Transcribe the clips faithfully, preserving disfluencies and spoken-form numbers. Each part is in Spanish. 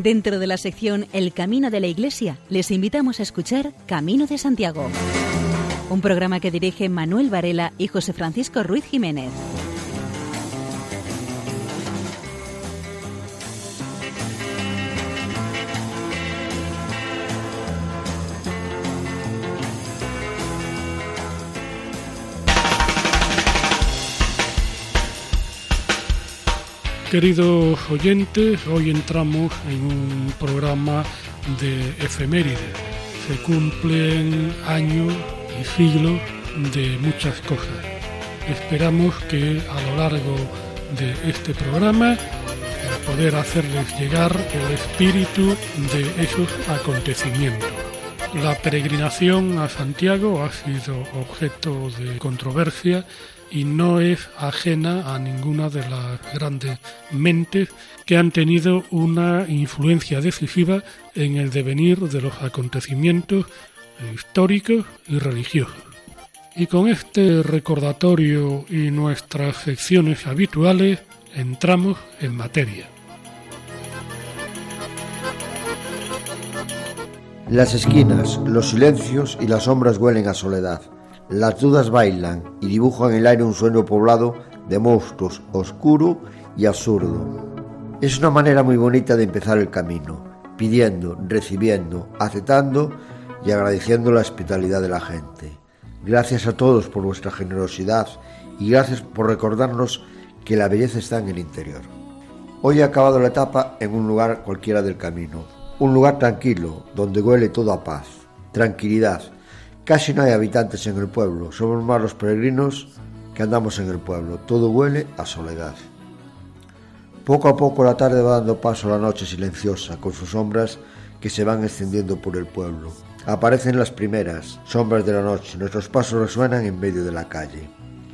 Dentro de la sección El Camino de la Iglesia, les invitamos a escuchar Camino de Santiago, un programa que dirige Manuel Varela y José Francisco Ruiz Jiménez. Queridos oyentes, hoy entramos en un programa de efemérides. Se cumplen años y siglos de muchas cosas. Esperamos que a lo largo de este programa poder hacerles llegar el espíritu de esos acontecimientos. La peregrinación a Santiago ha sido objeto de controversia y no es ajena a ninguna de las grandes mentes que han tenido una influencia decisiva en el devenir de los acontecimientos históricos y religiosos. Y con este recordatorio y nuestras secciones habituales entramos en materia. Las esquinas, los silencios y las sombras huelen a soledad. Las dudas bailan y dibujan en el aire un sueño poblado de monstruos oscuro y absurdo. Es una manera muy bonita de empezar el camino, pidiendo, recibiendo, aceptando y agradeciendo la hospitalidad de la gente. Gracias a todos por vuestra generosidad y gracias por recordarnos que la belleza está en el interior. Hoy he acabado la etapa en un lugar cualquiera del camino, un lugar tranquilo, donde huele todo a paz, tranquilidad. Casi no hay habitantes en el pueblo, somos más los peregrinos que andamos en el pueblo, todo huele a soledad. Poco a poco la tarde va dando paso a la noche silenciosa, con sus sombras que se van extendiendo por el pueblo. Aparecen las primeras sombras de la noche, nuestros pasos resuenan en medio de la calle.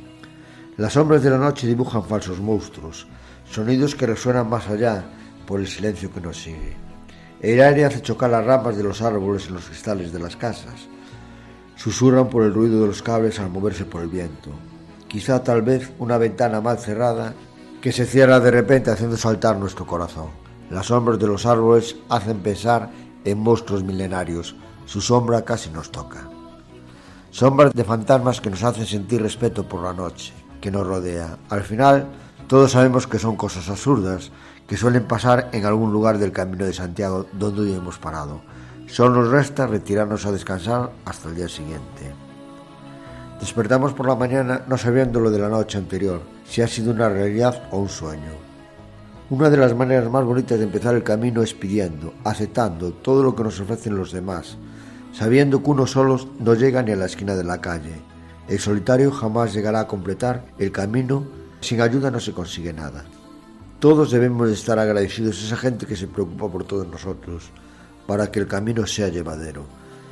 Las sombras de la noche dibujan falsos monstruos, sonidos que resuenan más allá por el silencio que nos sigue. El aire hace chocar las ramas de los árboles en los cristales de las casas. Susurran por el ruido de los cables al moverse por el viento. Quizá tal vez una ventana mal cerrada que se cierra de repente haciendo saltar nuestro corazón. Las sombras de los árboles hacen pensar en monstruos milenarios. Su sombra casi nos toca. Sombras de fantasmas que nos hacen sentir respeto por la noche que nos rodea. Al final, todos sabemos que son cosas absurdas que suelen pasar en algún lugar del Camino de Santiago donde hoy hemos parado. Solo nos resta retirarnos a descansar hasta el día siguiente. Despertamos por la mañana no sabiendo lo de la noche anterior, si ha sido una realidad o un sueño. Una de las maneras más bonitas de empezar el camino es pidiendo, aceptando todo lo que nos ofrecen los demás, sabiendo que uno solo no llega ni a la esquina de la calle. El solitario jamás llegará a completar el camino, sin ayuda no se consigue nada. Todos debemos de estar agradecidos a esa gente que se preocupa por todos nosotros, para que el camino sea llevadero,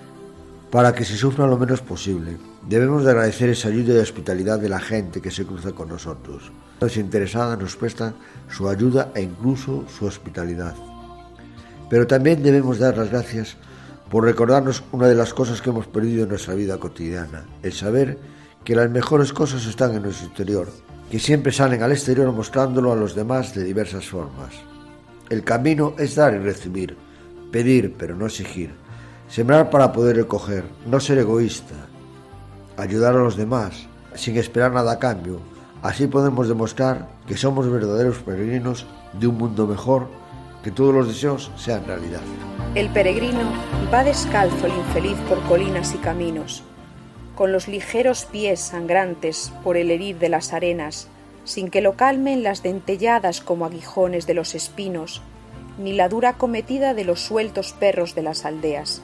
para que se sufra lo menos posible. Debemos de agradecer esa ayuda y hospitalidad de la gente que se cruza con nosotros. Desinteresada nos prestan su ayuda e incluso su hospitalidad. Pero también debemos dar las gracias por recordarnos una de las cosas que hemos perdido en nuestra vida cotidiana, el saber que las mejores cosas están en nuestro interior, que siempre salen al exterior mostrándolo a los demás de diversas formas. El camino es dar y recibir, pedir pero no exigir, sembrar para poder recoger, no ser egoísta, ayudar a los demás sin esperar nada a cambio. Así podemos demostrar que somos verdaderos peregrinos de un mundo mejor, que todos los deseos sean realidad. El peregrino va descalzo el infeliz por colinas y caminos, con los ligeros pies sangrantes por el herir de las arenas, sin que lo calmen las dentelladas como aguijones de los espinos, ni la dura cometida de los sueltos perros de las aldeas.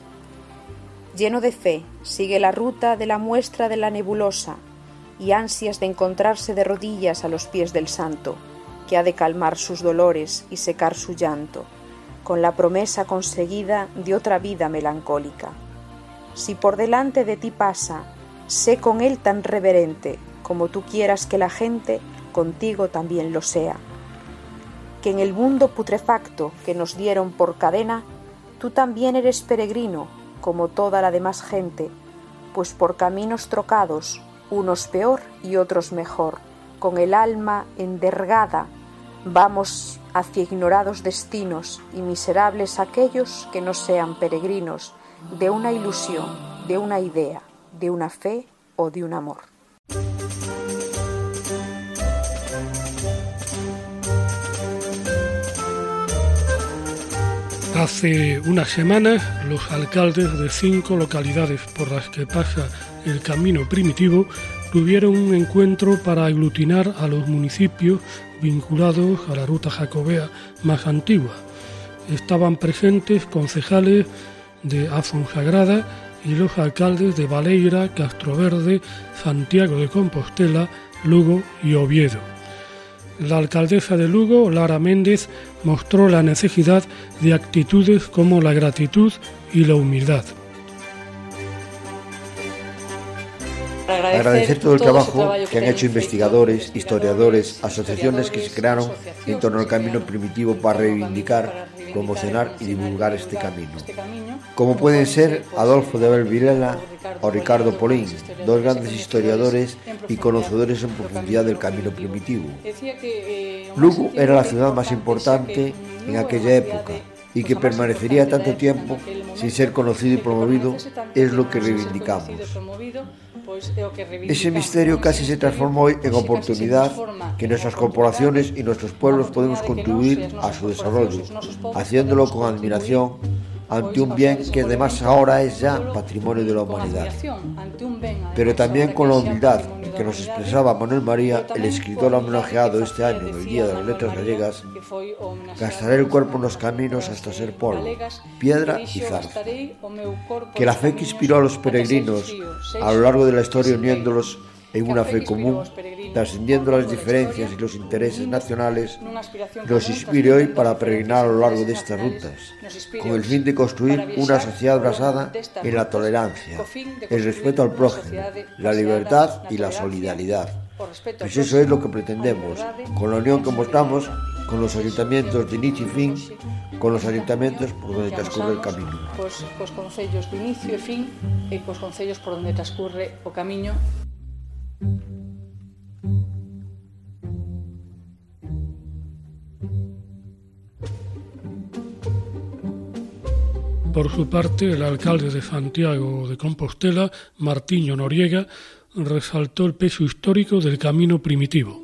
Lleno de fe, sigue la ruta de la muestra de la nebulosa y ansias de encontrarse de rodillas a los pies del santo, que ha de calmar sus dolores y secar su llanto, con la promesa conseguida de otra vida melancólica. Si por delante de ti pasa, sé con él tan reverente como tú quieras que la gente contigo también lo sea. Que en el mundo putrefacto que nos dieron por cadena, tú también eres peregrino, como toda la demás gente, pues por caminos trocados, unos peor y otros mejor, con el alma endergada, Vamos hacia ignorados destinos y miserables aquellos que no sean peregrinos de una ilusión, de una idea, de una fe o de un amor. Hace unas semanas, los alcaldes de cinco localidades por las que pasa el camino primitivo tuvieron un encuentro para aglutinar a los municipios vinculados a la ruta jacobea más antigua. Estaban presentes concejales de Afonsagrada y los alcaldes de Baleira, Castroverde, Santiago de Compostela, Lugo y Oviedo. La alcaldesa de Lugo, Lara Méndez, mostró la necesidad de actitudes como la gratitud y la humildad. Agradecer todo el trabajo que han hecho investigadores, historiadores, asociaciones que se crearon en torno al camino primitivo para reivindicar, promocionar y divulgar este camino. Como pueden ser Adolfo de Abel Vilela o Ricardo Polín, dos grandes historiadores y conocedores en profundidad del camino primitivo. Lugo era la ciudad más importante en aquella época y que permanecería tanto tiempo sin ser conocido y promovido es lo que reivindicamos. Ese misterio casi se transformó hoy en oportunidad que nuestras corporaciones y nuestros pueblos podemos contribuir a su desarrollo, haciéndolo con admiración ante un bien que además ahora es ya patrimonio de la humanidad. Pero también con la humildad que nos expresaba Manuel María, el escritor homenajeado este año en el Día de las Letras Gallegas: gastaré el cuerpo en los caminos hasta ser polvo, piedra y zarza. Que la fe que inspiró a los peregrinos a lo largo de la historia, uniéndolos en una fe común, trascendiendo las diferencias y los intereses nacionales, nos inspire hoy para peregrinar a lo largo de estas rutas, con el fin de construir una sociedad basada en la tolerancia, el respeto al prójimo, la libertad y la solidaridad. Pues eso es lo que pretendemos, con la unión que mostramos con los ayuntamientos de inicio y fin, con los ayuntamientos por donde transcurre el camino. Cos, cos concellos de inicio e fin e cos concellos por donde transcurre o camiño. Por su parte, el alcalde de Santiago de Compostela, Martiño Noriega, resaltó el peso histórico del camino primitivo.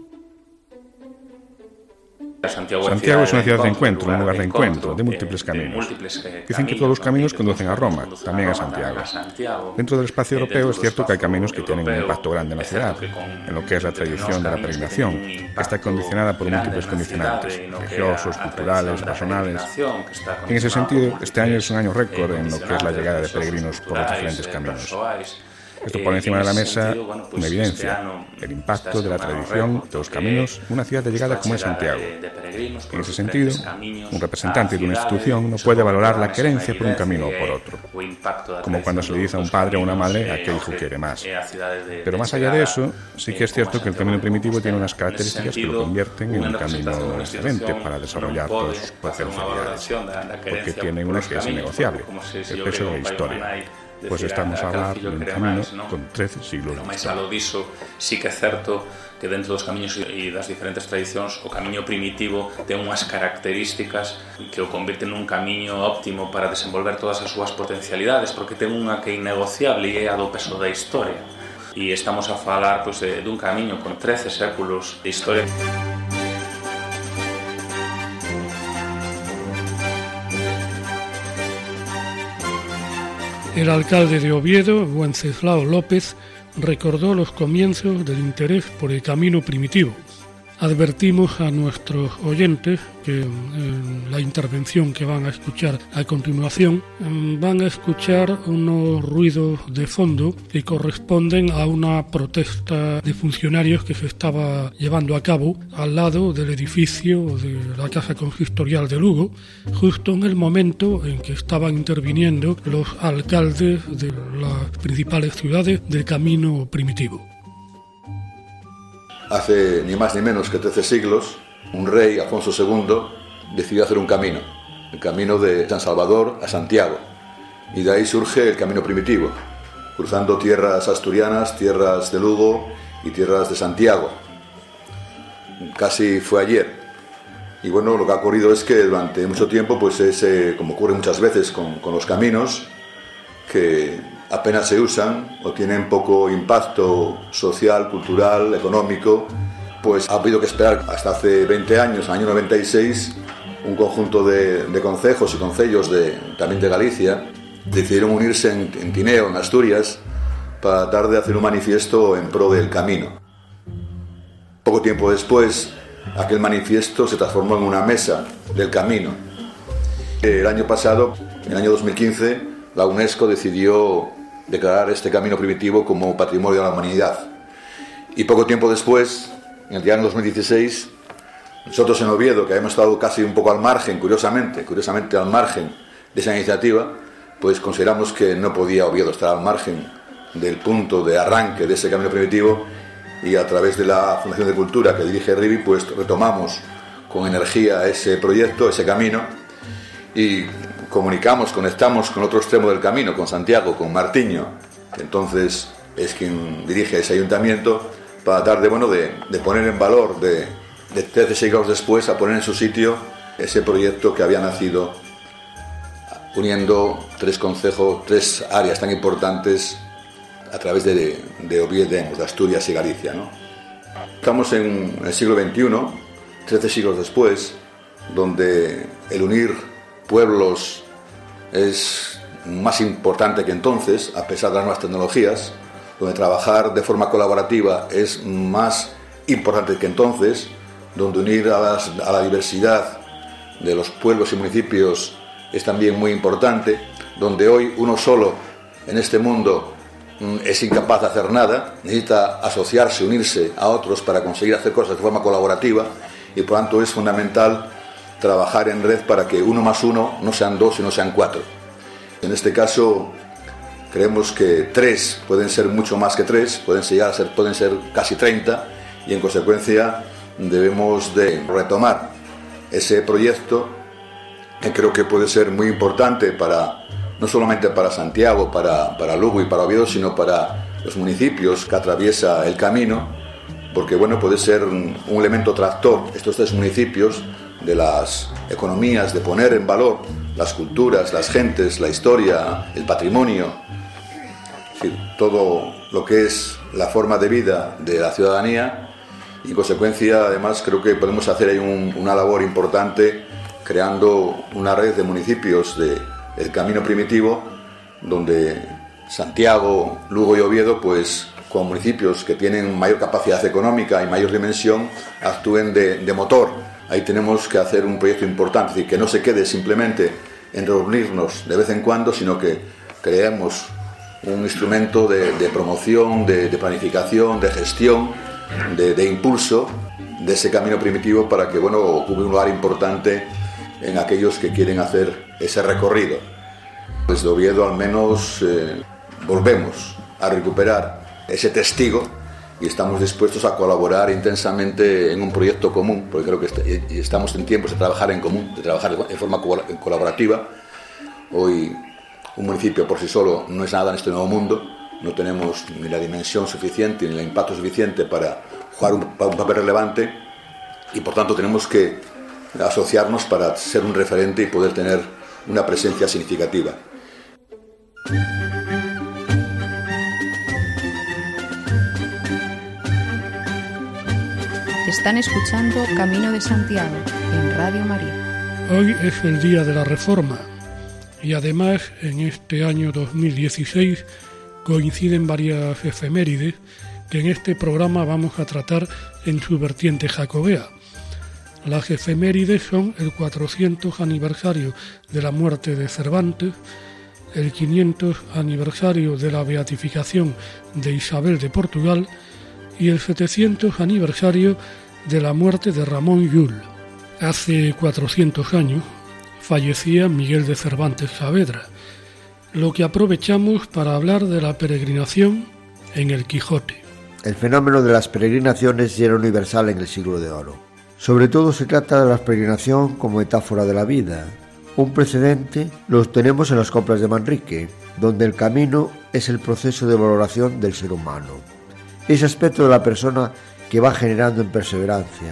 Santiago, Santiago es una ciudad de encuentro, un lugar de encuentro, de múltiples caminos. Dicen que todos los caminos conducen a Roma, también a Santiago. Dentro del espacio europeo es cierto que hay caminos que tienen un impacto grande en la ciudad, en lo que es la tradición de la peregrinación, que está condicionada por múltiples condicionantes, religiosos, culturales, personales. En ese sentido, este año es un año récord en lo que es la llegada de peregrinos por los diferentes caminos. Esto pone encima de la mesa una evidencia, el impacto de la tradición de los caminos en una ciudad de llegada como es Santiago. En ese sentido, un representante de una institución no puede valorar la querencia por un camino o por otro, como cuando se le dice a un padre o una madre a qué hijo quiere más. Pero más allá de eso, sí que es cierto que el camino primitivo tiene unas características que lo convierten en un camino excelente para desarrollar todas sus potencialidades, porque tiene una que es innegociable, el peso de la historia. Pois estamos a hablar dun camino con trece siglos de historia. Sí que é certo que dentro dos camiños e das diferentes tradicións o camiño primitivo ten unhas características que o convirten nun camiño óptimo para desenvolver todas as súas potencialidades, porque ten unha que é innegociable e é a do peso da historia. E estamos a falar pois, de, dun camiño con trece séculos de historia. El alcalde de Oviedo, Wenceslao López, recordó los comienzos del interés por el camino primitivo. Advertimos a nuestros oyentes que en la intervención que van a escuchar a continuación van a escuchar unos ruidos de fondo que corresponden a una protesta de funcionarios que se estaba llevando a cabo al lado del edificio de la Casa Consistorial de Lugo, justo en el momento en que estaban interviniendo los alcaldes de las principales ciudades del camino primitivo. Hace ni más ni menos que trece siglos, un rey, Alfonso segundo, decidió hacer un camino, el camino de San Salvador a Santiago, y de ahí surge el camino primitivo, cruzando tierras asturianas, tierras de Lugo y tierras de Santiago. Casi fue ayer. Y bueno, lo que ha ocurrido es que durante mucho tiempo, pues es, eh, como ocurre muchas veces con, con los caminos, que apenas se usan o tienen poco impacto social, cultural, económico, pues ha habido que esperar hasta hace veinte años, en el año noventa y seis, un conjunto de, de concejos y concellos de, también de Galicia decidieron unirse en, en Tineo, en Asturias, para tratar de hacer un manifiesto en pro del camino. Poco tiempo después, aquel manifiesto se transformó en una mesa del camino. El año pasado, en el año dos mil quince, la UNESCO decidió declarar este camino primitivo como Patrimonio de la Humanidad. Y poco tiempo después, en el año dos mil dieciséis, nosotros en Oviedo, que habíamos estado casi un poco al margen, curiosamente, curiosamente al margen de esa iniciativa, pues consideramos que no podía Oviedo estar al margen del punto de arranque de ese camino primitivo, y a través de la Fundación de Cultura que dirige Rivi, pues retomamos con energía ese proyecto, ese camino, y comunicamos, conectamos con otro extremo del camino, con Santiago, con Martiño, que entonces es quien dirige ese ayuntamiento, para tratar de, bueno, de, de poner en valor, de, de trece siglos después, a poner en su sitio ese proyecto que había nacido uniendo tres concejos, tres áreas tan importantes a través de, de Oviedo, de Asturias y Galicia, ¿no? Estamos en el siglo veintiuno, trece siglos después, donde el unir pueblos es más importante que entonces, a pesar de las nuevas tecnologías, donde trabajar de forma colaborativa es más importante que entonces, donde unir a, las, a la diversidad de los pueblos y municipios es también muy importante, donde hoy uno solo en este mundo es incapaz de hacer nada, necesita asociarse, unirse a otros para conseguir hacer cosas de forma colaborativa, y por tanto es fundamental trabajar en red para que uno más uno no sean dos, sino sean cuatro. En este caso creemos que tres pueden ser mucho más que tres, pueden llegar a ser, pueden ser casi treinta, y en consecuencia debemos de retomar ese proyecto, que creo que puede ser muy importante para no solamente para Santiago, para, para Lugo y para Oviedo, sino para los municipios que atraviesa el camino, porque bueno, puede ser un, un elemento tractor, estos tres municipios, de las economías, de poner en valor las culturas, las gentes, la historia, el patrimonio, es decir, todo lo que es la forma de vida de la ciudadanía, y en consecuencia además creo que podemos hacer ahí un, una labor importante creando una red de municipios de el camino primitivo, donde Santiago, Lugo y Oviedo, pues con municipios que tienen mayor capacidad económica y mayor dimensión, actúen de, de motor. Ahí tenemos que hacer un proyecto importante, es decir, que no se quede simplemente en reunirnos de vez en cuando, sino que creemos un instrumento de, de promoción, de, de planificación, de gestión, de, de impulso de ese camino primitivo, para que bueno, ocupe un lugar importante en aquellos que quieren hacer ese recorrido. Desde Oviedo al menos eh, volvemos a recuperar ese testigo, y estamos dispuestos a colaborar intensamente en un proyecto común, porque creo que est- estamos en tiempos de trabajar en común, de trabajar de forma co- colaborativa. Hoy un municipio por sí solo no es nada en este nuevo mundo, no tenemos ni la dimensión suficiente ni el impacto suficiente para jugar un, un papel relevante, y por tanto tenemos que asociarnos para ser un referente y poder tener una presencia significativa. Están escuchando Camino de Santiago en Radio María. Hoy es el Día de la Reforma, y además en este año dos mil dieciséis coinciden varias efemérides que en este programa vamos a tratar en su vertiente jacobea. Las efemérides son el cuatrocientos aniversario de la muerte de Cervantes, el quinientos aniversario de la beatificación de Isabel de Portugal y el setecientos aniversario de la muerte de Ramón Llull. Hace cuatrocientos años fallecía Miguel de Cervantes Saavedra, lo que aprovechamos para hablar de la peregrinación en el Quijote. El fenómeno de las peregrinaciones ya era universal en el siglo de oro. Sobre todo se trata de la peregrinación como metáfora de la vida. Un precedente lo tenemos en las coplas de Manrique, donde el camino es el proceso de valoración del ser humano. Ese aspecto de la persona que va generando en perseverancia,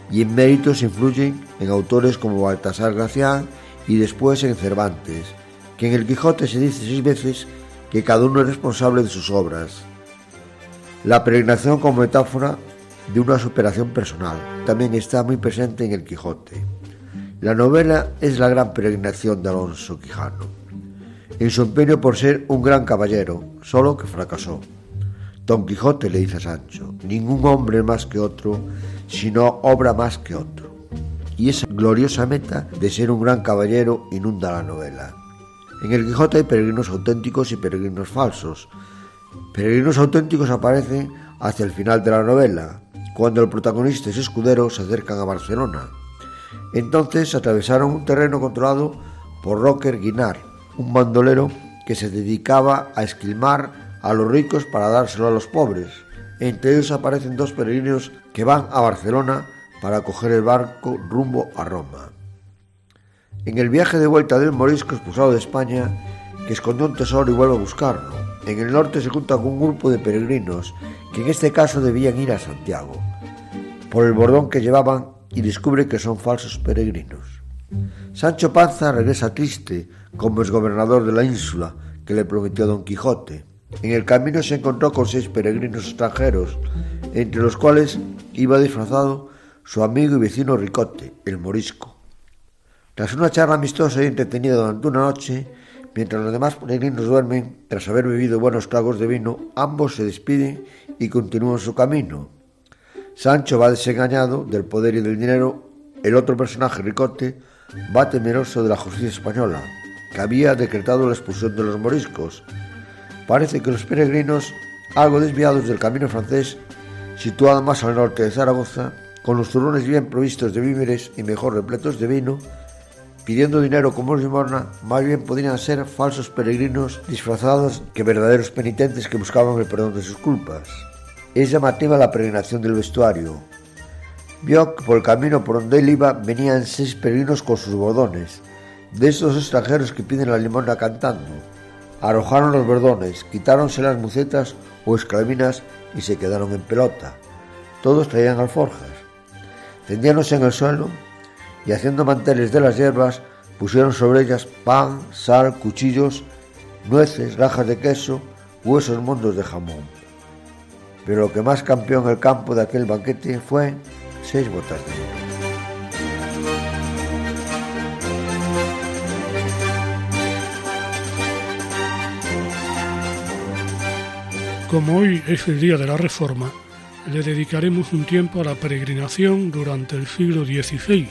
y en méritos influyen en autores como Baltasar Gracián y después en Cervantes, que en el Quijote se dice seis veces que cada uno es responsable de sus obras. La peregrinación como metáfora de una superación personal también está muy presente en el Quijote. La novela es la gran peregrinación de Alonso Quijano, en su empeño por ser un gran caballero, solo que fracasó. Don Quijote le dice a Sancho: ningún hombre más que otro, sino obra más que otro. Y esa gloriosa meta de ser un gran caballero inunda la novela. En el Quijote hay peregrinos auténticos y peregrinos falsos. Peregrinos auténticos aparecen hacia el final de la novela, cuando el protagonista y su escudero se acercan a Barcelona. Entonces atravesaron un terreno controlado por Roque Guinart, un bandolero que se dedicaba a esquilmar a los ricos para dárselo a los pobres. Entre ellos aparecen dos peregrinos que van a Barcelona para coger el barco rumbo a Roma. En el viaje de vuelta del morisco expulsado de España, que escondió un tesoro y vuelve a buscarlo, en el norte se junta con un grupo de peregrinos que en este caso debían ir a Santiago, por el bordón que llevaban, y descubre que son falsos peregrinos. Sancho Panza regresa triste como exgobernador de la ínsula que le prometió Don Quijote. En el camino se encontró con seis peregrinos extranjeros, entre los cuales iba disfrazado su amigo y vecino Ricote, el morisco. Tras una charla amistosa y entretenida durante una noche, mientras los demás peregrinos duermen, tras haber bebido buenos tragos de vino, ambos se despiden y continúan su camino. Sancho va desengañado del poder y del dinero. El otro personaje, Ricote, va temeroso de la justicia española, que había decretado la expulsión de los moriscos. Parece que los peregrinos, algo desviados del camino francés, situado más al norte de Zaragoza, con los zurrones bien provistos de víveres y mejor repletos de vino, pidiendo dinero como limosna, más bien podrían ser falsos peregrinos disfrazados que verdaderos penitentes que buscaban el perdón de sus culpas. Es llamativa la peregrinación del vestuario. Vio que por el camino por donde él iba venían seis peregrinos con sus bordones, de estos extranjeros que piden la limosna cantando. Arrojaron los bordones, quitáronse las mucetas o esclavinas y se quedaron en pelota. Todos traían alforjas. Tendiéndose en el suelo y haciendo manteles de las hierbas, pusieron sobre ellas pan, sal, cuchillos, nueces, rajas de queso, huesos mondos de jamón. Pero lo que más campeó en el campo de aquel banquete fue seis botas de oro. Como hoy es el día de la Reforma, le dedicaremos un tiempo a la peregrinación durante el siglo dieciséis.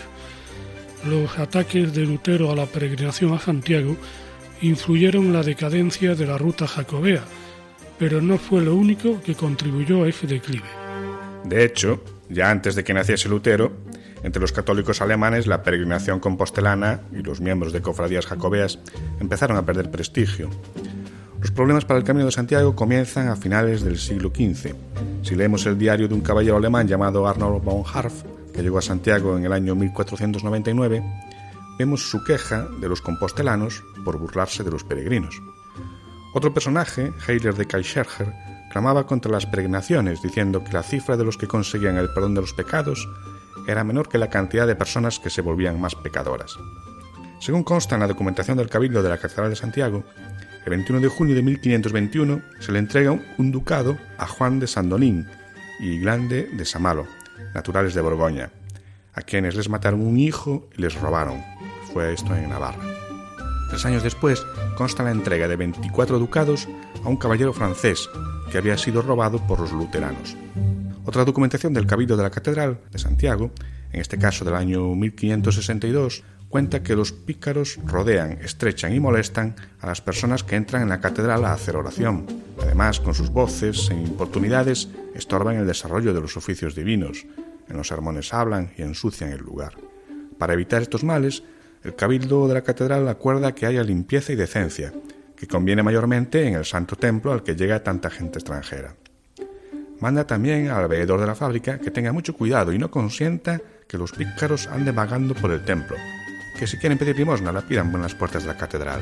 Los ataques de Lutero a la peregrinación a Santiago influyeron en la decadencia de la ruta jacobea, pero no fue lo único que contribuyó a ese declive. De hecho, ya antes de que naciese Lutero, entre los católicos alemanes la peregrinación compostelana y los miembros de cofradías jacobeas empezaron a perder prestigio. Los problemas para el Camino de Santiago comienzan a finales del siglo quince. Si leemos el diario de un caballero alemán llamado Arnold von Harf, que llegó a Santiago en el año mil cuatrocientos noventa y nueve, vemos su queja de los compostelanos por burlarse de los peregrinos. Otro personaje, Heiler de Kaischerger, clamaba contra las peregrinaciones, diciendo que la cifra de los que conseguían el perdón de los pecados era menor que la cantidad de personas que se volvían más pecadoras. Según consta en la documentación del Cabildo de la Catedral de Santiago, el veintiuno de junio de mil quinientos veintiuno se le entrega un ducado a Juan de Sandonín y Glande de Samalo, naturales de Borgoña, a quienes les mataron un hijo y les robaron. Fue esto en Navarra. Tres años después consta la entrega de veinticuatro ducados a un caballero francés que había sido robado por los luteranos. Otra documentación del Cabildo de la Catedral de Santiago, en este caso del año mil quinientos sesenta y dos, cuenta que los pícaros rodean, estrechan y molestan a las personas que entran en la catedral a hacer oración. Además, con sus voces e importunidades, estorban el desarrollo de los oficios divinos. En los sermones hablan y ensucian el lugar. Para evitar estos males, el Cabildo de la Catedral acuerda que haya limpieza y decencia, que conviene mayormente en el santo templo al que llega tanta gente extranjera. Manda también al veedor de la fábrica que tenga mucho cuidado y no consienta que los pícaros anden vagando por el templo, que si quieren pedir limosna la pidan en las puertas de la catedral.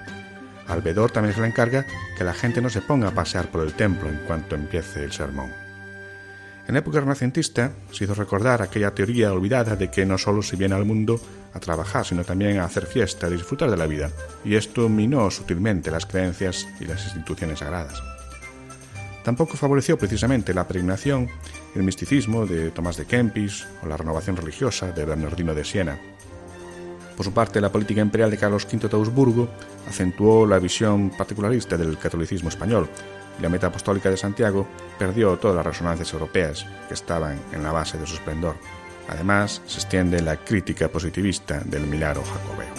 Al veedor también se le encarga que la gente no se ponga a pasear por el templo en cuanto empiece el sermón. En época renacentista se hizo recordar aquella teoría olvidada de que no solo se viene al mundo a trabajar, sino también a hacer fiesta, a disfrutar de la vida, y esto minó sutilmente las creencias y las instituciones sagradas. Tampoco favoreció precisamente la peregrinación, el misticismo de Tomás de Kempis o la renovación religiosa de Bernardino de Siena. Por su parte, la política imperial de Carlos quinto de Augsburgo acentuó la visión particularista del catolicismo español, y la meta apostólica de Santiago perdió todas las resonancias europeas que estaban en la base de su esplendor. Además, se extiende la crítica positivista del milagro jacobeo.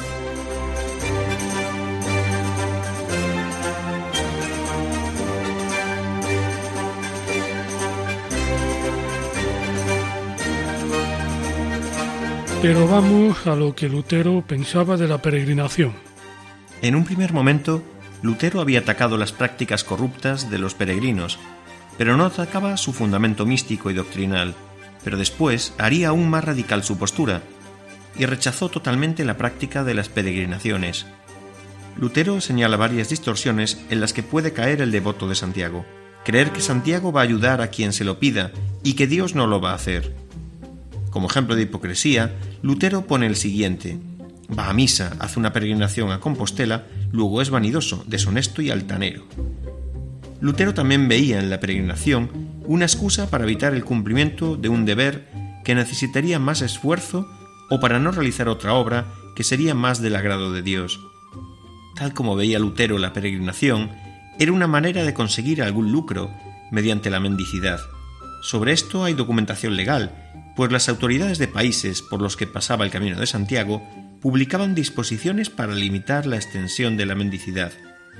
Pero vamos a lo que Lutero pensaba de la peregrinación. En un primer momento, Lutero había atacado las prácticas corruptas de los peregrinos, pero no atacaba su fundamento místico y doctrinal, pero después haría aún más radical su postura, y rechazó totalmente la práctica de las peregrinaciones. Lutero señala varias distorsiones en las que puede caer el devoto de Santiago. Creer que Santiago va a ayudar a quien se lo pida y que Dios no lo va a hacer. Como ejemplo de hipocresía, Lutero pone el siguiente: va a misa, hace una peregrinación a Compostela, luego es vanidoso, deshonesto y altanero. Lutero también veía en la peregrinación una excusa para evitar el cumplimiento de un deber que necesitaría más esfuerzo o para no realizar otra obra que sería más del agrado de Dios. Tal como veía Lutero la peregrinación, era una manera de conseguir algún lucro mediante la mendicidad. Sobre esto hay documentación legal, pues las autoridades de países por los que pasaba el Camino de Santiago publicaban disposiciones para limitar la extensión de la mendicidad.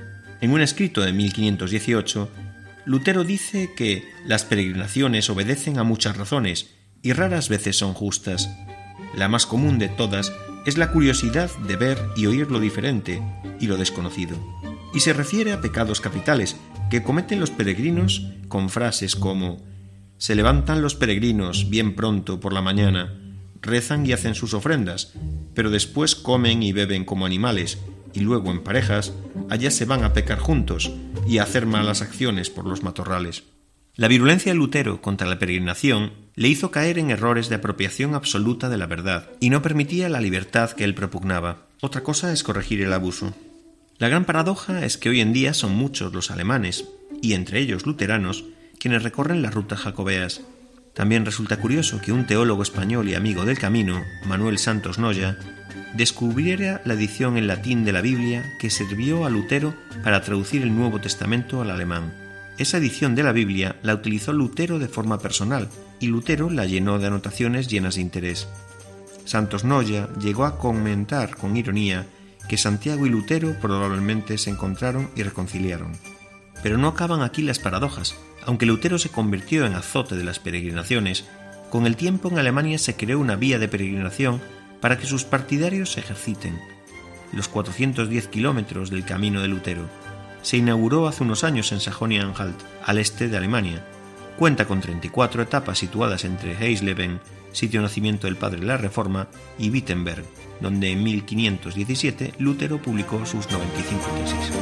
En un escrito de mil quinientos dieciocho, Lutero dice que las peregrinaciones obedecen a muchas razones y raras veces son justas. La más común de todas es la curiosidad de ver y oír lo diferente y lo desconocido. Y se refiere a pecados capitales que cometen los peregrinos con frases como: se levantan los peregrinos bien pronto por la mañana, rezan y hacen sus ofrendas, pero después comen y beben como animales, y luego en parejas, allá se van a pecar juntos y a hacer malas acciones por los matorrales. La virulencia de Lutero contra la peregrinación le hizo caer en errores de apropiación absoluta de la verdad y no permitía la libertad que él propugnaba. Otra cosa es corregir el abuso. La gran paradoja es que hoy en día son muchos los alemanes, y entre ellos luteranos, quienes recorren las rutas jacobeas. También resulta curioso que un teólogo español y amigo del camino, Manuel Santos Noya, descubriera la edición en latín de la Biblia que sirvió a Lutero para traducir el Nuevo Testamento al alemán. Esa edición de la Biblia la utilizó Lutero de forma personal, y Lutero la llenó de anotaciones llenas de interés. Santos Noya llegó a comentar con ironía que Santiago y Lutero probablemente se encontraron y reconciliaron. Pero no acaban aquí las paradojas. Aunque Lutero se convirtió en azote de las peregrinaciones, con el tiempo en Alemania se creó una vía de peregrinación para que sus partidarios se ejerciten. Los cuatrocientos diez kilómetros del Camino de Lutero se inauguró hace unos años en Sajonia-Anhalt, al este de Alemania. Cuenta con treinta y cuatro etapas situadas entre Eisleben, sitio de nacimiento del padre de la Reforma, y Wittenberg, donde en mil quinientos diecisiete Lutero publicó sus noventa y cinco tesis.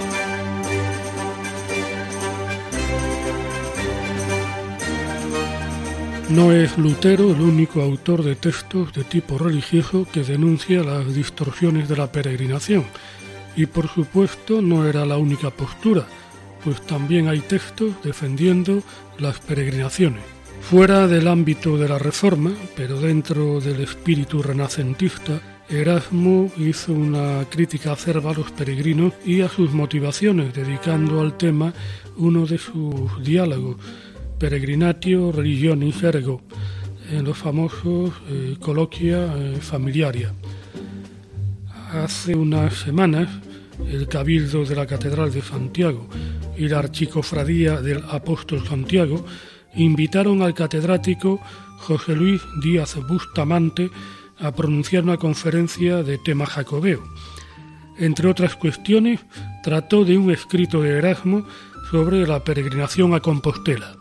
No es Lutero el único autor de textos de tipo religioso que denuncia las distorsiones de la peregrinación, y por supuesto no era la única postura, pues también hay textos defendiendo las peregrinaciones. Fuera del ámbito de la Reforma, pero dentro del espíritu renacentista, Erasmo hizo una crítica acerba a los peregrinos y a sus motivaciones, dedicando al tema uno de sus diálogos, Peregrinatio Religionis Ergo, en los famosos eh, Colloquia eh, Familiaria. Hace unas semanas, el Cabildo de la Catedral de Santiago y la Archicofradía del Apóstol Santiago invitaron al catedrático José Luis Díaz Bustamante a pronunciar una conferencia de tema jacobeo. Entre otras cuestiones, trató de un escrito de Erasmo sobre la peregrinación a Compostela.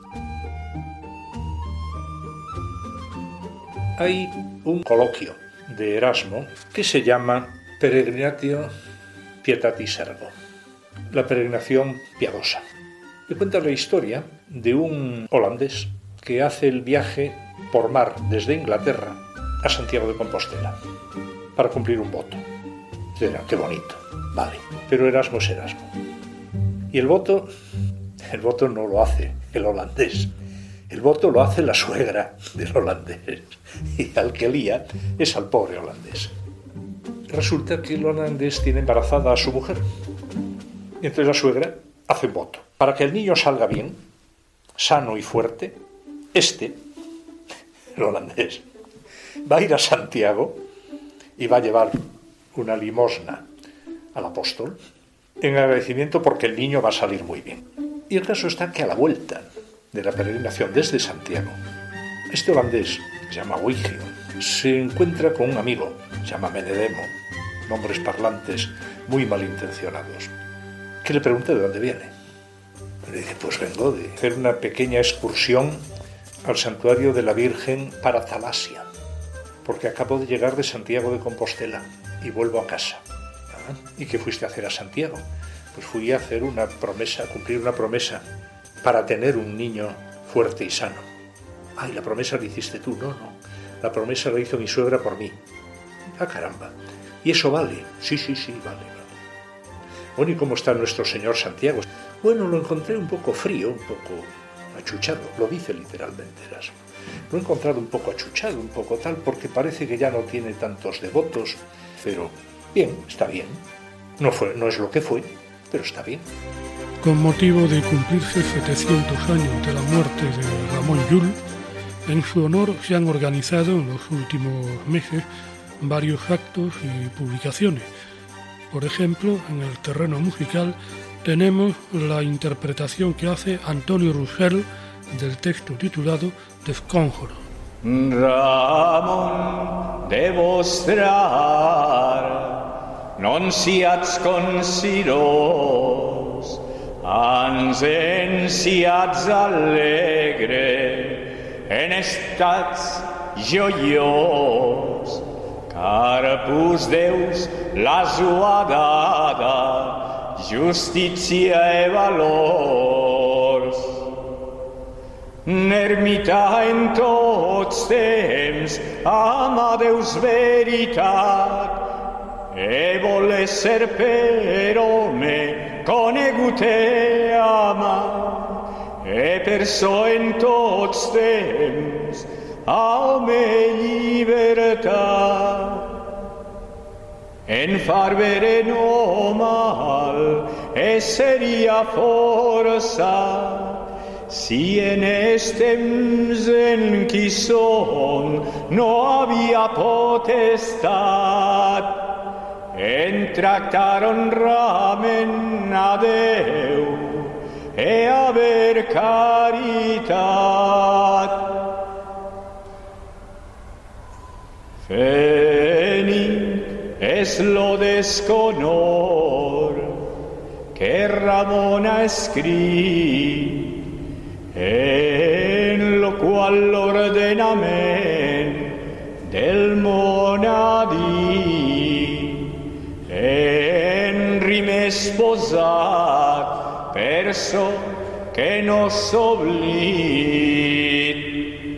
Hay un coloquio de Erasmo que se llama Peregrinatio Pietatis Ergo, la peregrinación piadosa, que cuenta la historia de un holandés que hace el viaje por mar desde Inglaterra a Santiago de Compostela para cumplir un voto. Dirán, qué bonito, vale, pero Erasmo es Erasmo. Y el voto, el voto no lo hace el holandés, el voto lo hace la suegra del holandés, y al que lía es al pobre holandés. Resulta que el holandés tiene embarazada a su mujer, y entonces la suegra hace un voto. Para que el niño salga bien, sano y fuerte, este, el holandés, va a ir a Santiago y va a llevar una limosna al apóstol en agradecimiento porque el niño va a salir muy bien. Y el caso está que a la vuelta de la peregrinación desde Santiago, este holandés, que se llama Wigio, se encuentra con un amigo, se llama Menedemo, nombres parlantes muy malintencionados, que le pregunta de dónde viene. Le dice, pues vengo de hacer una pequeña excursión al santuario de la Virgen Paratalasia, porque acabo de llegar de Santiago de Compostela y vuelvo a casa. ¿Ah? ¿Y qué fuiste a hacer a Santiago? Pues fui a hacer una promesa, a cumplir una promesa para tener un niño fuerte y sano. Ay, la promesa la hiciste tú. No, no, la promesa la hizo mi suegra por mí. Ah, caramba. ¿Y eso vale? Sí, sí, sí, vale, vale. Bueno, ¿y cómo está nuestro señor Santiago? Bueno, lo encontré un poco frío, un poco achuchado, lo dice literalmente Erasmo. Lo he encontrado un poco achuchado, un poco tal, porque parece que ya no tiene tantos devotos, pero bien, está bien. No fue, no es lo que fue, pero está bien. Con motivo de cumplirse setecientos años de la muerte de Ramón Llull, en su honor se han organizado en los últimos meses varios actos y publicaciones. Por ejemplo, en el terreno musical tenemos la interpretación que hace Antonio Roussel del texto titulado Descónjoro. Ramon de mostrar non siats consiros, ans ensiats alegre, en estats joiós, carpus Deus la sua dada, justícia e valors. N'ermita en tots temps, ama Deus veritat, e voler ser per home conegut e amat, e per so en tots temps, home llibertat. En far vere no mal, e seria força, si en estemps en qui som no havia potestat, en tractar honrament a Déu e haver caritat. Fenic es lo desconor que Ramon ha escrit, en lo qual l'ordenament del món ha dit, en rimes posat per so que no s'oblid.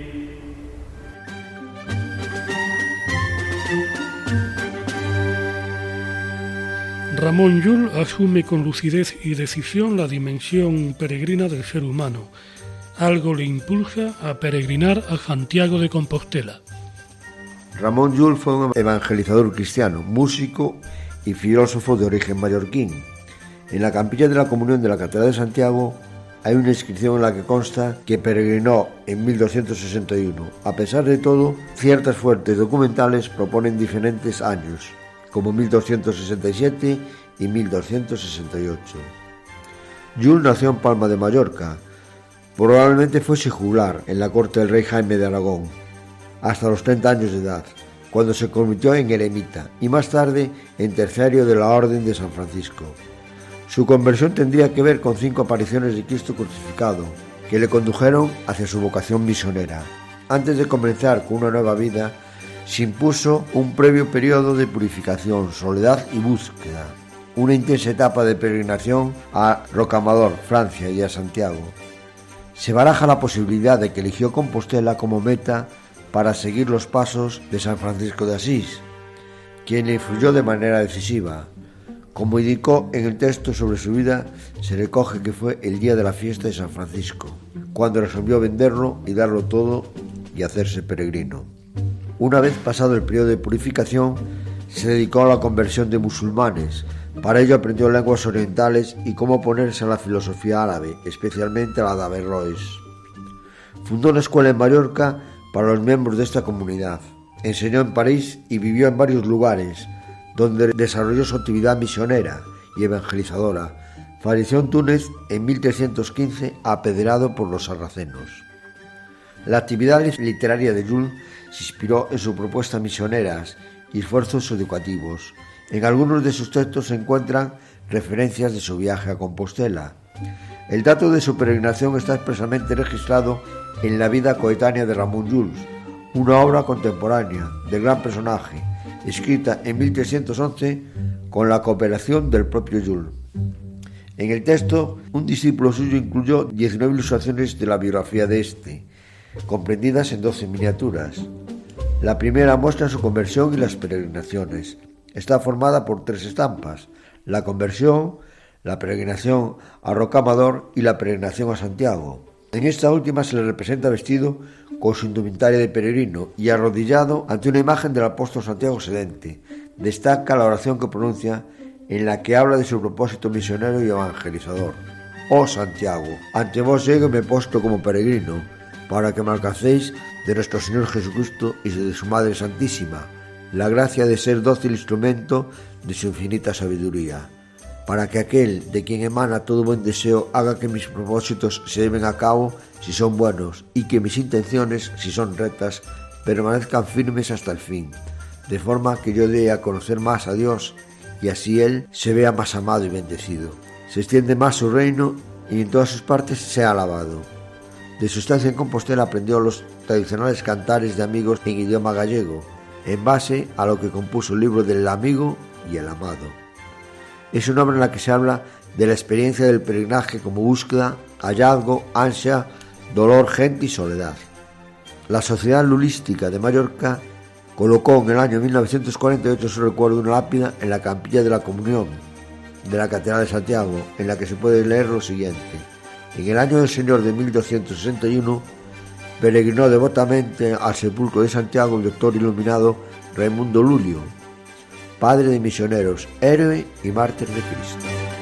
Ramón Llull asume con lucidez y decisión la dimensión peregrina del ser humano. Algo le impulsa a peregrinar a Santiago de Compostela. Ramón Llull fue un evangelizador cristiano, músico y filósofo de origen mallorquín. En la capilla de la Comunión de la Catedral de Santiago hay una inscripción en la que consta que peregrinó en mil doscientos sesenta y uno. A pesar de todo, ciertas fuentes documentales proponen diferentes años, como mil doscientos sesenta y siete y mil doscientos sesenta y ocho. Llull nació en Palma de Mallorca. Probablemente fuese juglar en la corte del rey Jaime de Aragón, hasta los treinta años de edad, cuando se convirtió en eremita y más tarde en terciario de la Orden de San Francisco. Su conversión tendría que ver con cinco apariciones de Cristo crucificado, que le condujeron hacia su vocación misionera. Antes de comenzar con una nueva vida, se impuso un previo periodo de purificación, soledad y búsqueda, una intensa etapa de peregrinación a Rocamador, Francia, y a Santiago. se baraja la posibilidad de que eligió Compostela como meta para seguir los pasos de San Francisco de Asís, quien le influyó de manera decisiva. Como indicó en el texto sobre su vida, se recoge que fue el día de la fiesta de San Francisco, cuando resolvió venderlo y darlo todo y hacerse peregrino. Una vez pasado el periodo de purificación, se dedicó a la conversión de musulmanes. Para ello aprendió lenguas orientales y cómo oponerse a la filosofía árabe, especialmente a la de Averroes. Fundó una escuela en Mallorca para los miembros de esta comunidad. Enseñó en París y vivió en varios lugares, donde desarrolló su actividad misionera y evangelizadora. Falleció en Túnez en mil trescientos quince, apedreado por los sarracenos. La actividad literaria de Jules se inspiró en sus propuestas misioneras y esfuerzos educativos. En algunos de sus textos se encuentran referencias de su viaje a Compostela. El dato de su peregrinación está expresamente registrado en La vida coetánea de Ramón Llull, una obra contemporánea del gran personaje, escrita en mil trescientos once con la cooperación del propio Llull. En el texto, un discípulo suyo incluyó diecinueve ilustraciones de la biografía de este, comprendidas en doce miniaturas. La primera muestra su conversión y las peregrinaciones. Está formada por tres estampas: la conversión, la peregrinación a Rocamadour y la peregrinación a Santiago. En esta última se le representa vestido con su indumentaria de peregrino y arrodillado ante una imagen del apóstol Santiago Sedente. Destaca la oración que pronuncia, en la que habla de su propósito misionero y evangelizador. Oh Santiago, ante vos llego y me posto como peregrino, para que me alcancéis de nuestro Señor Jesucristo y de su Madre Santísima, la gracia de ser dócil instrumento de su infinita sabiduría, para que aquel de quien emana todo buen deseo haga que mis propósitos se lleven a cabo si son buenos y que mis intenciones, si son rectas, permanezcan firmes hasta el fin, de forma que yo dé a conocer más a Dios y así Él se vea más amado y bendecido. Se extiende más su reino y en todas sus partes sea alabado. De su estancia en Compostela aprendió los tradicionales cantares de amigos en idioma gallego, en base a lo que compuso el libro del amigo y el amado. Es una obra en la que se habla de la experiencia del peregrinaje como búsqueda, hallazgo, ansia, dolor, gente y soledad. La Sociedad Lulística de Mallorca colocó en el año mil novecientos cuarenta y ocho su recuerdo de una lápida en la capilla de la Comunión de la Catedral de Santiago, en la que se puede leer lo siguiente: en el año del Señor de mil doscientos sesenta y uno, peregrinó devotamente al sepulcro de Santiago el doctor iluminado Raimundo Lulio, padre de misioneros, héroe y mártir de Cristo.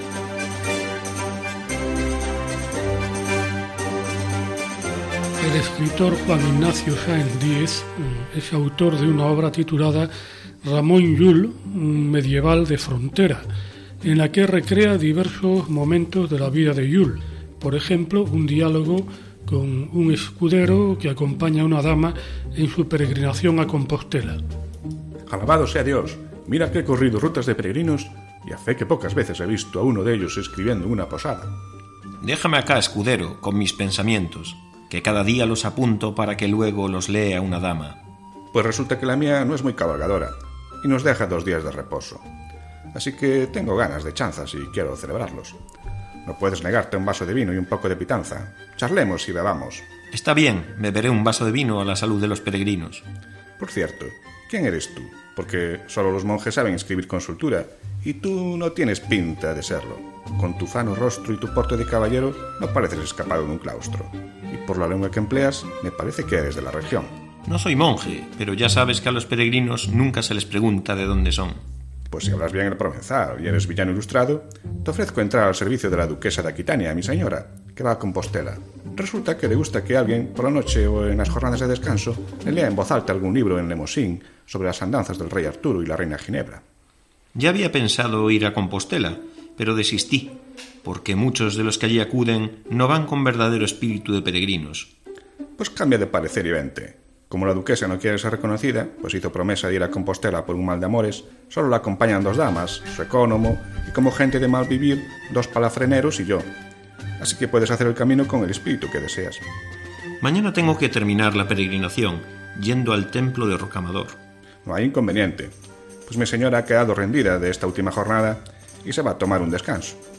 El escritor Juan Ignacio Sáenz Díez es autor de una obra titulada Ramón Llull, un medieval de frontera, en la que recrea diversos momentos de la vida de Llull. Por ejemplo, un diálogo con un escudero que acompaña a una dama en su peregrinación a Compostela. Alabado sea Dios, mira que he corrido rutas de peregrinos y a fe que pocas veces he visto a uno de ellos escribiendo en una posada. Déjame acá, escudero, con mis pensamientos, que cada día los apunto para que luego los lea una dama. Pues resulta que la mía no es muy cabalgadora y nos deja dos días de reposo. Así que tengo ganas de chanzas y quiero celebrarlos. No puedes negarte un vaso de vino y un poco de pitanza. Charlemos y bebamos. Está bien, beberé un vaso de vino a la salud de los peregrinos. Por cierto, ¿quién eres tú? Porque solo los monjes saben escribir con soltura y tú no tienes pinta de serlo. Con tu fano rostro y tu porte de caballero no pareces escapado de un claustro. Y por la lengua que empleas, me parece que eres de la región. No soy monje, pero ya sabes que a los peregrinos nunca se les pregunta de dónde son. Pues si hablas bien el provenzal y eres villano ilustrado, te ofrezco entrar al servicio de la duquesa de Aquitania, mi señora, que va a Compostela. Resulta que le gusta que alguien, por la noche o en las jornadas de descanso, le lea en voz alta algún libro en Lemosín sobre las andanzas del rey Arturo y la reina Ginebra. Ya había pensado ir a Compostela, pero desistí, porque muchos de los que allí acuden no van con verdadero espíritu de peregrinos. Pues cambia de parecer y vente. Como la duquesa no quiere ser reconocida, pues hizo promesa de ir a Compostela por un mal de amores, solo la acompañan dos damas, su ecónomo, y como gente de mal vivir, dos palafreneros y yo. Así que puedes hacer el camino con el espíritu que deseas. Mañana tengo que terminar la peregrinación, yendo al templo de Rocamadour. No hay inconveniente, pues mi señora ha quedado rendida de esta última jornada y se va a tomar un descanso.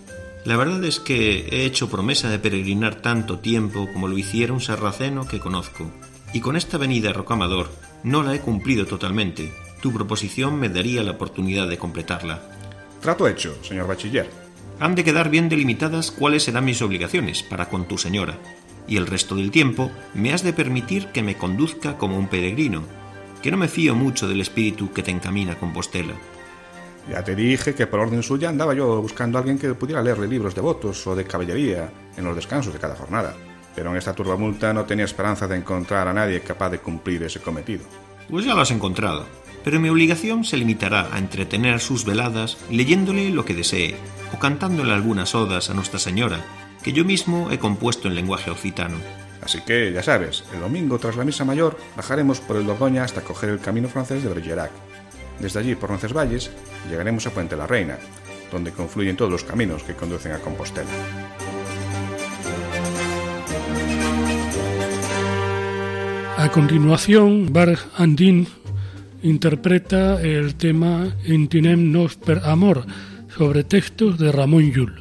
La verdad es que he hecho promesa de peregrinar tanto tiempo como lo hiciera un sarraceno que conozco, y con esta venida a Rocamador no la he cumplido totalmente. Tu proposición me daría la oportunidad de completarla. Trato hecho, señor bachiller. Han de quedar bien delimitadas cuáles serán mis obligaciones para con tu señora, y el resto del tiempo me has de permitir que me conduzca como un peregrino, que no me fío mucho del espíritu que te encamina a Compostela. Ya te dije que por orden suya andaba yo buscando a alguien que pudiera leerle libros devotos o de caballería en los descansos de cada jornada, pero en esta turbamulta no tenía esperanza de encontrar a nadie capaz de cumplir ese cometido. Pues ya lo has encontrado, pero mi obligación se limitará a entretener sus veladas leyéndole lo que desee, o cantándole algunas odas a Nuestra Señora, que yo mismo he compuesto en lenguaje occitano. Así que, ya sabes, el domingo tras la misa mayor bajaremos por el Dordoña hasta coger el camino francés de Bergerac. Desde allí, por Roncesvalles, llegaremos a Puente la Reina, donde confluyen todos los caminos que conducen a Compostela. A continuación, Barg Andín interpreta el tema Intinem nos per amor, sobre textos de Ramón Llull.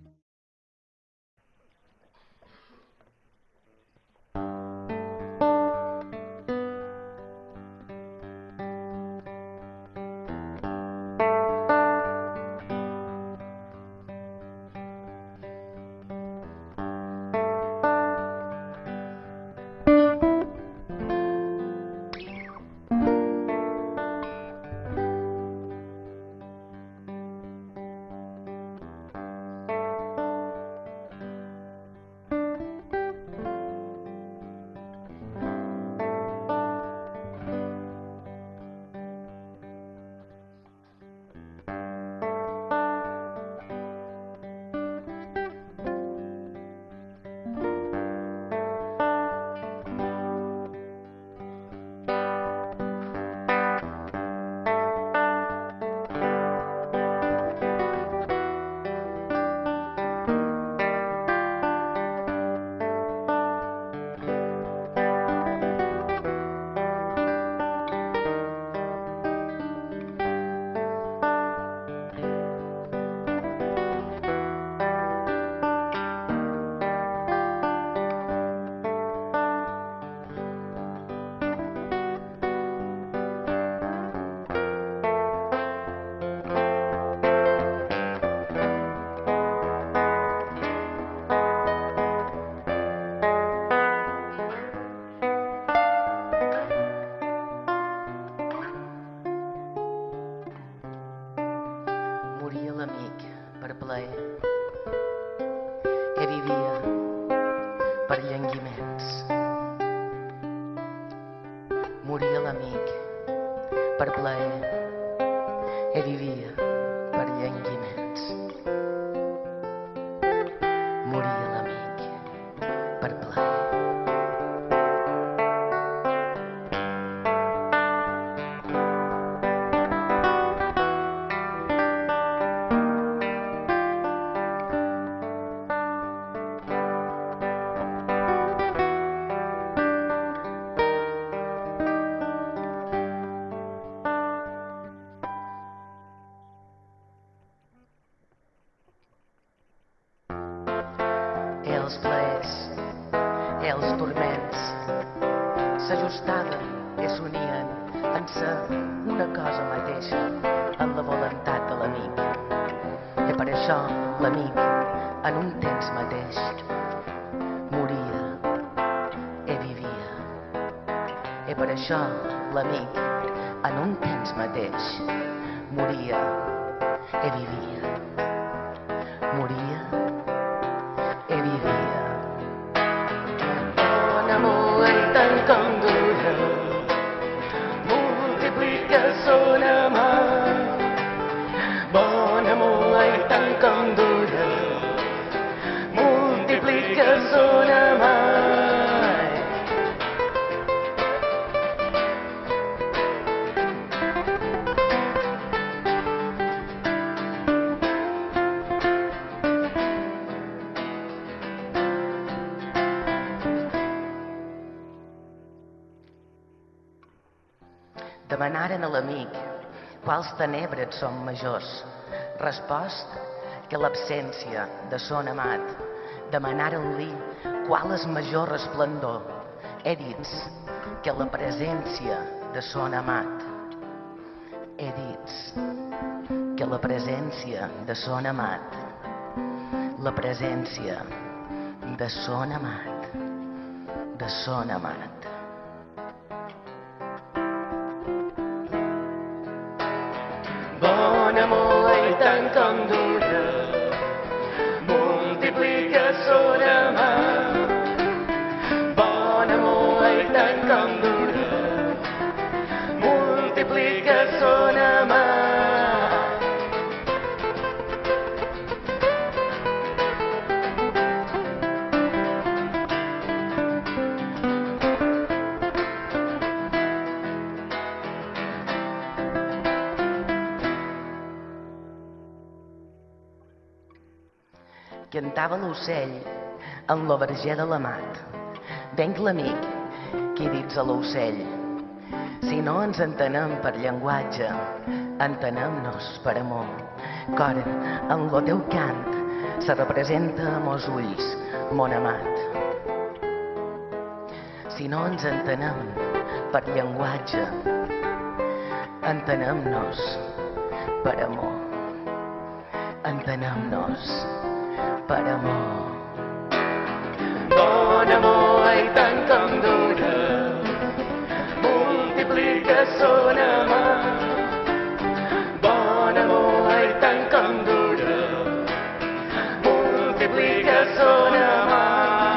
els plaers, els turments, s'ajustaven i s'unien en ser una cosa mateixa, en la voluntat de l'amic. I per això l'amic, en un temps mateix, moria i vivia. I per això l'amic, en un temps mateix, moria i vivia. Moria i vivia. Bon amor i tan com dura, multiplica son amor. Bon amor i tant com dura, multiplica son amor. Demanaren a l'amic quals tenebres són majors. Respost que l'absència de son amat demanaren-li qual és major resplendor. He dit que la presència de son amat. He dit que la presència de son amat, la presència de son amat, de son amat. Bon amor i tant com dura, multiplica son amat. Bon amor i tant com dura, multiplica son amat. Cantava l'ocell en la verger de l'amat. Venc l'amic qui dits a l'ocell. Si no ens entenem per llenguatge, entenem-nos per amor. Cor, en lo teu cant se representa a mos ulls, mon amat. Si no ens entenem per llenguatge, entenem-nos per amor. Entenem-nos per amor. Bon amor i tant com dura, multiplica son amat. Bon amor i tant com dura, multiplica son amat.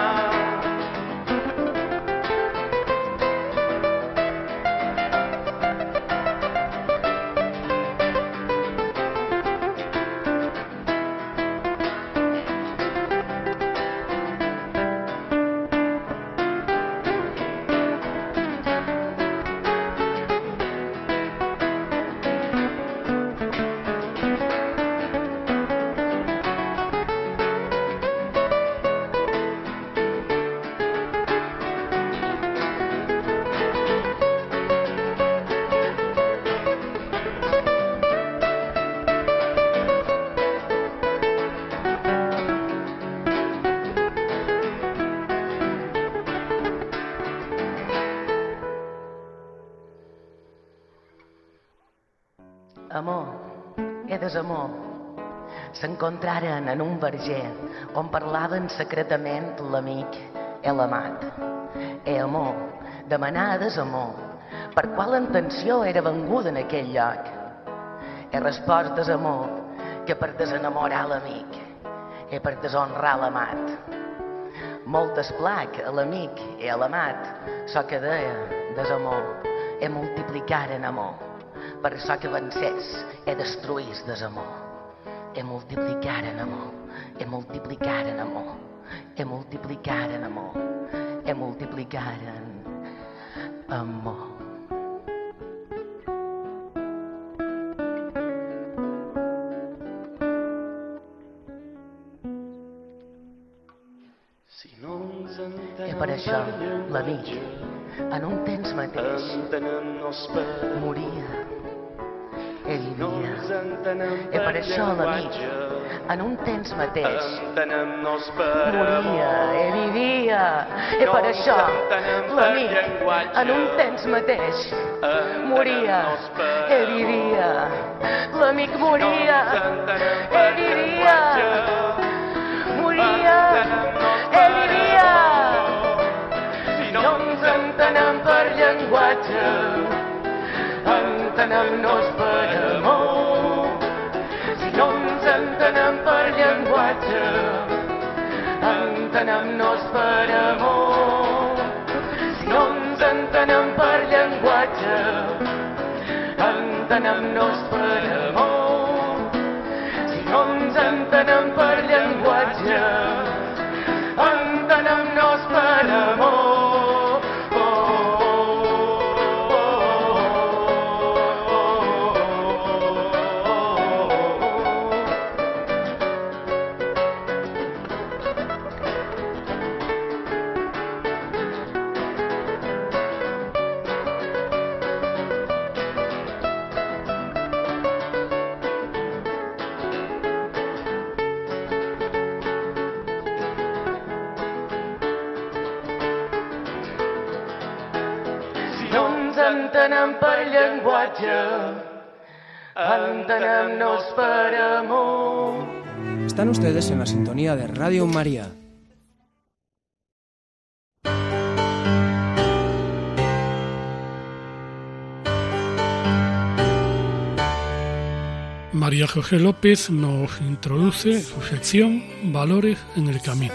Amor i desamor s'encontraren en un verger on parlaven secretament l'amic i l'amat. E amor demanà desamor per qual intenció era venguda en aquell lloc. He respost desamor que per desenamorar l'amic i per deshonrar l'amat. Molt desplac a l'amic i a l'amat so que deia desamor e multiplicaren amor. Per això que vencés e destruís desamor. E multiplicaren amor, e multiplicaren amor, e multiplicaren amor, e multiplicaren amor. I per això l'amic en un temps mateix moria i vivia. I per això l'amic en un temps mateix moria i vivia. I per això l'amic en un temps mateix moria i vivia. L'amic moria i vivia. Moria i vivia. Si no ens entenem per llenguatge, entenem-nos per amor. Si no ens entenem per llenguatge, entenem-nos per amor. Si no ens entenem per llenguatge, entenem-nos per amor. Si no ens entenem per llenguatge, entenem-nos per amor. no ens entenem per llenguatge, entenem-nos per amor. Están ustedes en la sintonía de Radio María. María José López nos introduce su sección Valores en el Camino.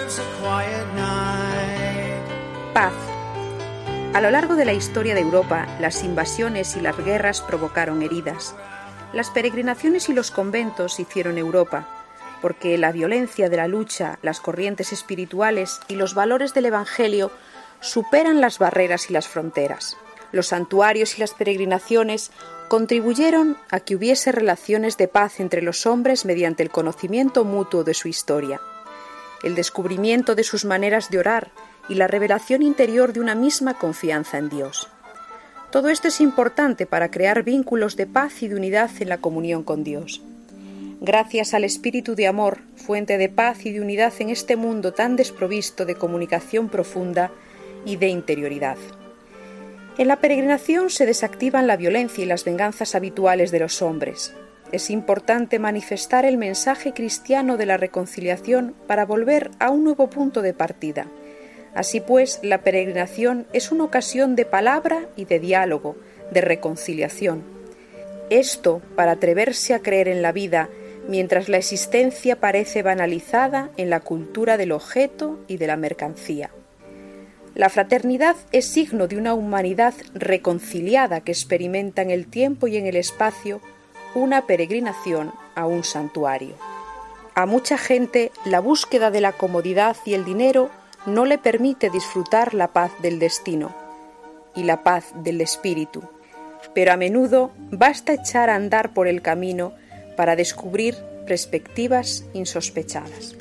Paz. A lo largo de la historia de Europa, las invasiones y las guerras provocaron heridas. Las peregrinaciones y los conventos hicieron Europa, porque la violencia de la lucha, las corrientes espirituales y los valores del Evangelio superan las barreras y las fronteras. Los santuarios y las peregrinaciones contribuyeron a que hubiese relaciones de paz entre los hombres mediante el conocimiento mutuo de su historia, el descubrimiento de sus maneras de orar y la revelación interior de una misma confianza en Dios. Todo esto es importante para crear vínculos de paz y de unidad en la comunión con Dios. Gracias al espíritu de amor, fuente de paz y de unidad en este mundo tan desprovisto de comunicación profunda y de interioridad. En la peregrinación se desactivan la violencia y las venganzas habituales de los hombres. Es importante manifestar el mensaje cristiano de la reconciliación para volver a un nuevo punto de partida. Así pues, la peregrinación es una ocasión de palabra y de diálogo, de reconciliación. Esto para atreverse a creer en la vida, mientras la existencia parece banalizada en la cultura del objeto y de la mercancía. La fraternidad es signo de una humanidad reconciliada que experimenta en el tiempo y en el espacio una peregrinación a un santuario. A mucha gente, la búsqueda de la comodidad y el dinero no le permite disfrutar la paz del destino y la paz del espíritu, pero a menudo basta echar a andar por el camino para descubrir perspectivas insospechadas.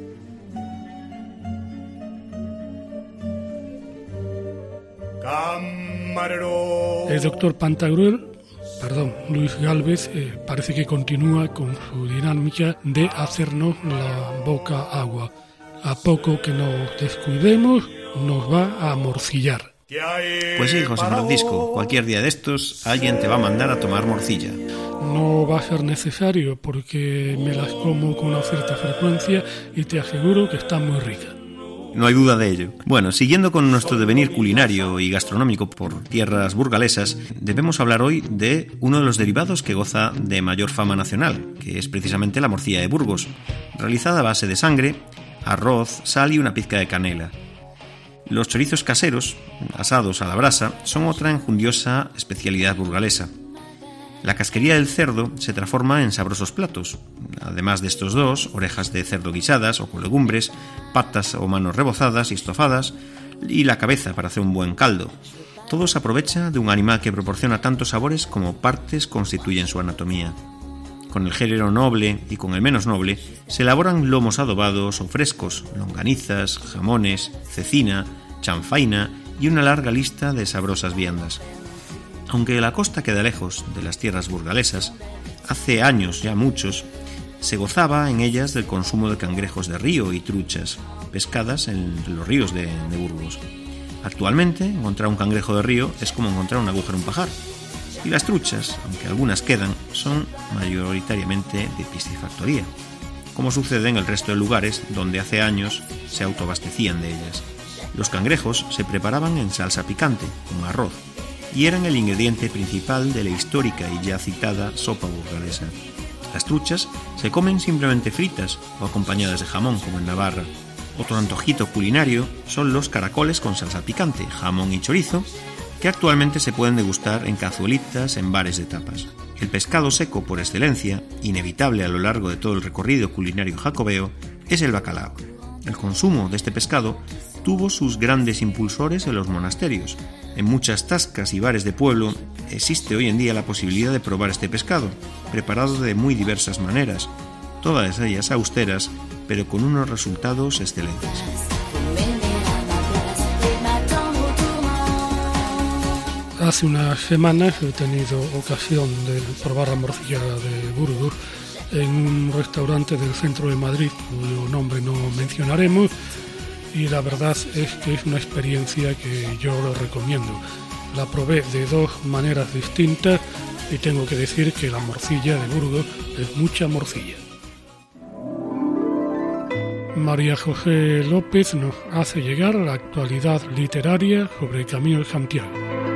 El doctor Pantagruel, perdón, Luis Gálvez, eh, parece que continúa con su dinámica de hacernos la boca agua. A poco que nos descuidemos, nos va a morcillar. Pues sí, José Francisco, cualquier día de estos alguien te va a mandar a tomar morcilla. No va a ser necesario porque me las como con una cierta frecuencia y te aseguro que está muy rica. No hay duda de ello. Bueno, siguiendo con nuestro devenir culinario y gastronómico por tierras burgalesas, debemos hablar hoy de uno de los derivados que goza de mayor fama nacional, que es precisamente la morcilla de Burgos, realizada a base de sangre, arroz, sal y una pizca de canela. Los chorizos caseros, asados a la brasa, son otra enjundiosa especialidad burgalesa. La casquería del cerdo se transforma en sabrosos platos. Además de estos dos, orejas de cerdo guisadas o con legumbres, patas o manos rebozadas y estofadas, y la cabeza para hacer un buen caldo. Todo se aprovecha de un animal que proporciona tantos sabores como partes constituyen su anatomía. Con el género noble y con el menos noble se elaboran lomos adobados o frescos, longanizas, jamones, cecina, chanfaina y una larga lista de sabrosas viandas. Aunque la costa queda lejos de las tierras burgalesas, hace años, ya muchos, se gozaba en ellas del consumo de cangrejos de río y truchas, pescadas en los ríos de, de Burgos. Actualmente, encontrar un cangrejo de río es como encontrar una aguja en un pajar. Y las truchas, aunque algunas quedan, son mayoritariamente de piscifactoría, como sucede en el resto de lugares donde hace años se autoabastecían de ellas. Los cangrejos se preparaban en salsa picante, con arroz, y eran el ingrediente principal de la histórica y ya citada sopa burgalesa. Las truchas se comen simplemente fritas o acompañadas de jamón, como en Navarra. Otro antojito culinario son los caracoles con salsa picante, jamón y chorizo, que actualmente se pueden degustar en cazuelitas en bares de tapas. El pescado seco por excelencia, inevitable a lo largo de todo el recorrido culinario jacobeo, es el bacalao. El consumo de este pescado tuvo sus grandes impulsores en los monasterios. En muchas tascas y bares de pueblo existe hoy en día la posibilidad de probar este pescado, preparado de muy diversas maneras, todas ellas austeras, pero con unos resultados excelentes. Hace unas semanas he tenido ocasión de probar la morcilla de Burgos en un restaurante del centro de Madrid, cuyo nombre no mencionaremos, y la verdad es que es una experiencia que yo lo recomiendo. la probé de dos maneras distintas y tengo que decir que la morcilla de Burgos es mucha morcilla. María José López nos hace llegar la actualidad literaria sobre el Camino de Santiago.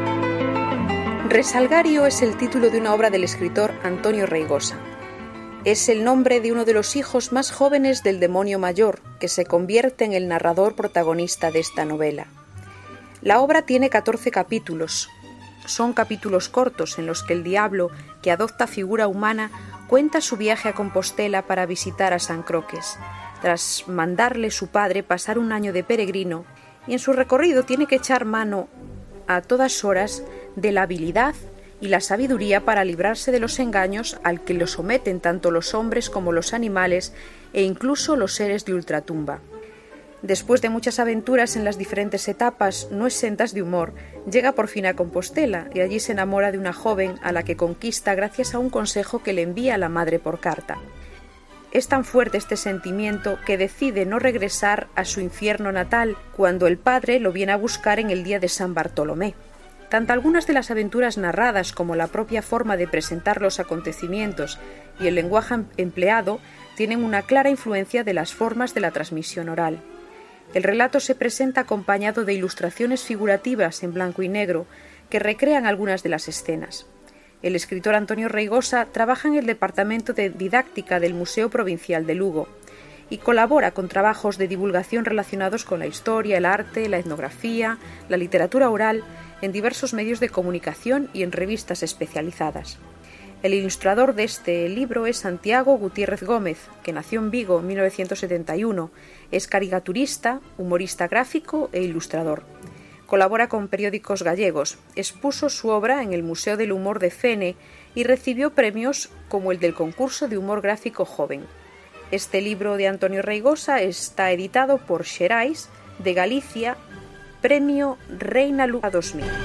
Resalgario es el título de una obra del escritor Antonio Reigosa. Es el nombre de uno de los hijos más jóvenes del demonio mayor, que se convierte en el narrador protagonista de esta novela. La obra tiene catorce capítulos. Son capítulos cortos en los que el diablo, que adopta figura humana, cuenta su viaje a Compostela para visitar a San Croques, tras mandarle su padre pasar un año de peregrino, y en su recorrido tiene que echar mano a todas horas de la habilidad y la sabiduría para librarse de los engaños al que lo someten tanto los hombres como los animales e incluso los seres de ultratumba. Después de muchas aventuras en las diferentes etapas no exentas de humor, llega por fin a Compostela y allí se enamora de una joven a la que conquista gracias a un consejo que le envía la madre por carta. Es tan fuerte este sentimiento que decide no regresar a su infierno natal cuando el padre lo viene a buscar en el día de San Bartolomé. Tanto algunas de las aventuras narradas como la propia forma de presentar los acontecimientos y el lenguaje empleado tienen una clara influencia de las formas de la transmisión oral. El relato se presenta acompañado de ilustraciones figurativas en blanco y negro que recrean algunas de las escenas. El escritor Antonio Reigosa trabaja en el Departamento de Didáctica del Museo Provincial de Lugo y colabora con trabajos de divulgación relacionados con la historia, el arte, la etnografía, la literatura oral, en diversos medios de comunicación y en revistas especializadas. El ilustrador de este libro es Santiago Gutiérrez Gómez, que nació en Vigo en mil novecientos setenta y uno. Es caricaturista, humorista gráfico e ilustrador. Colabora con periódicos gallegos, expuso su obra en el Museo del Humor de Fene y recibió premios como el del Concurso de Humor Gráfico Joven. Este libro de Antonio Reigosa está editado por Xerais, de Galicia, Premio Reina Luca dos mil.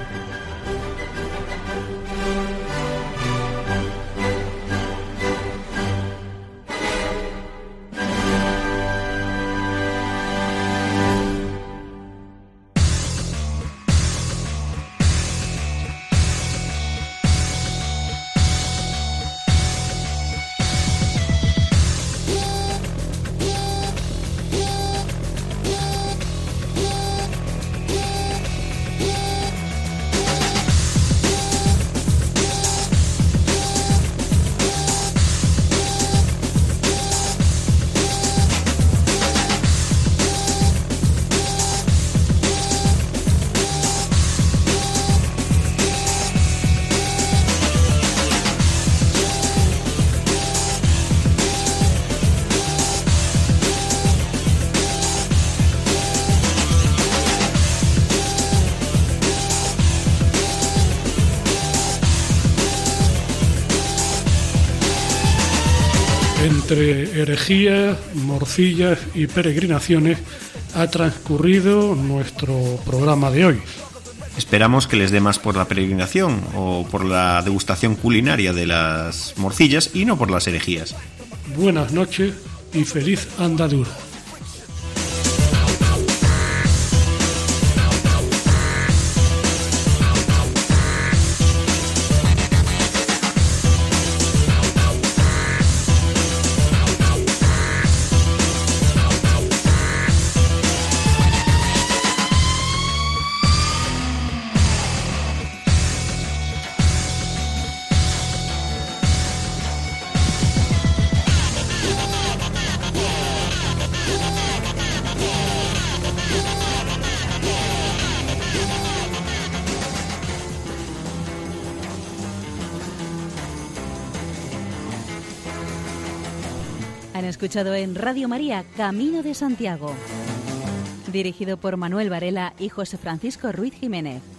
Entre herejías, morcillas y peregrinaciones ha transcurrido nuestro programa de hoy. Esperamos que les dé más por la peregrinación o por la degustación culinaria de las morcillas y no por las herejías. Buenas noches y feliz andadura. Han escuchado en Radio María Camino de Santiago, dirigido por Manuel Varela y José Francisco Ruiz Jiménez.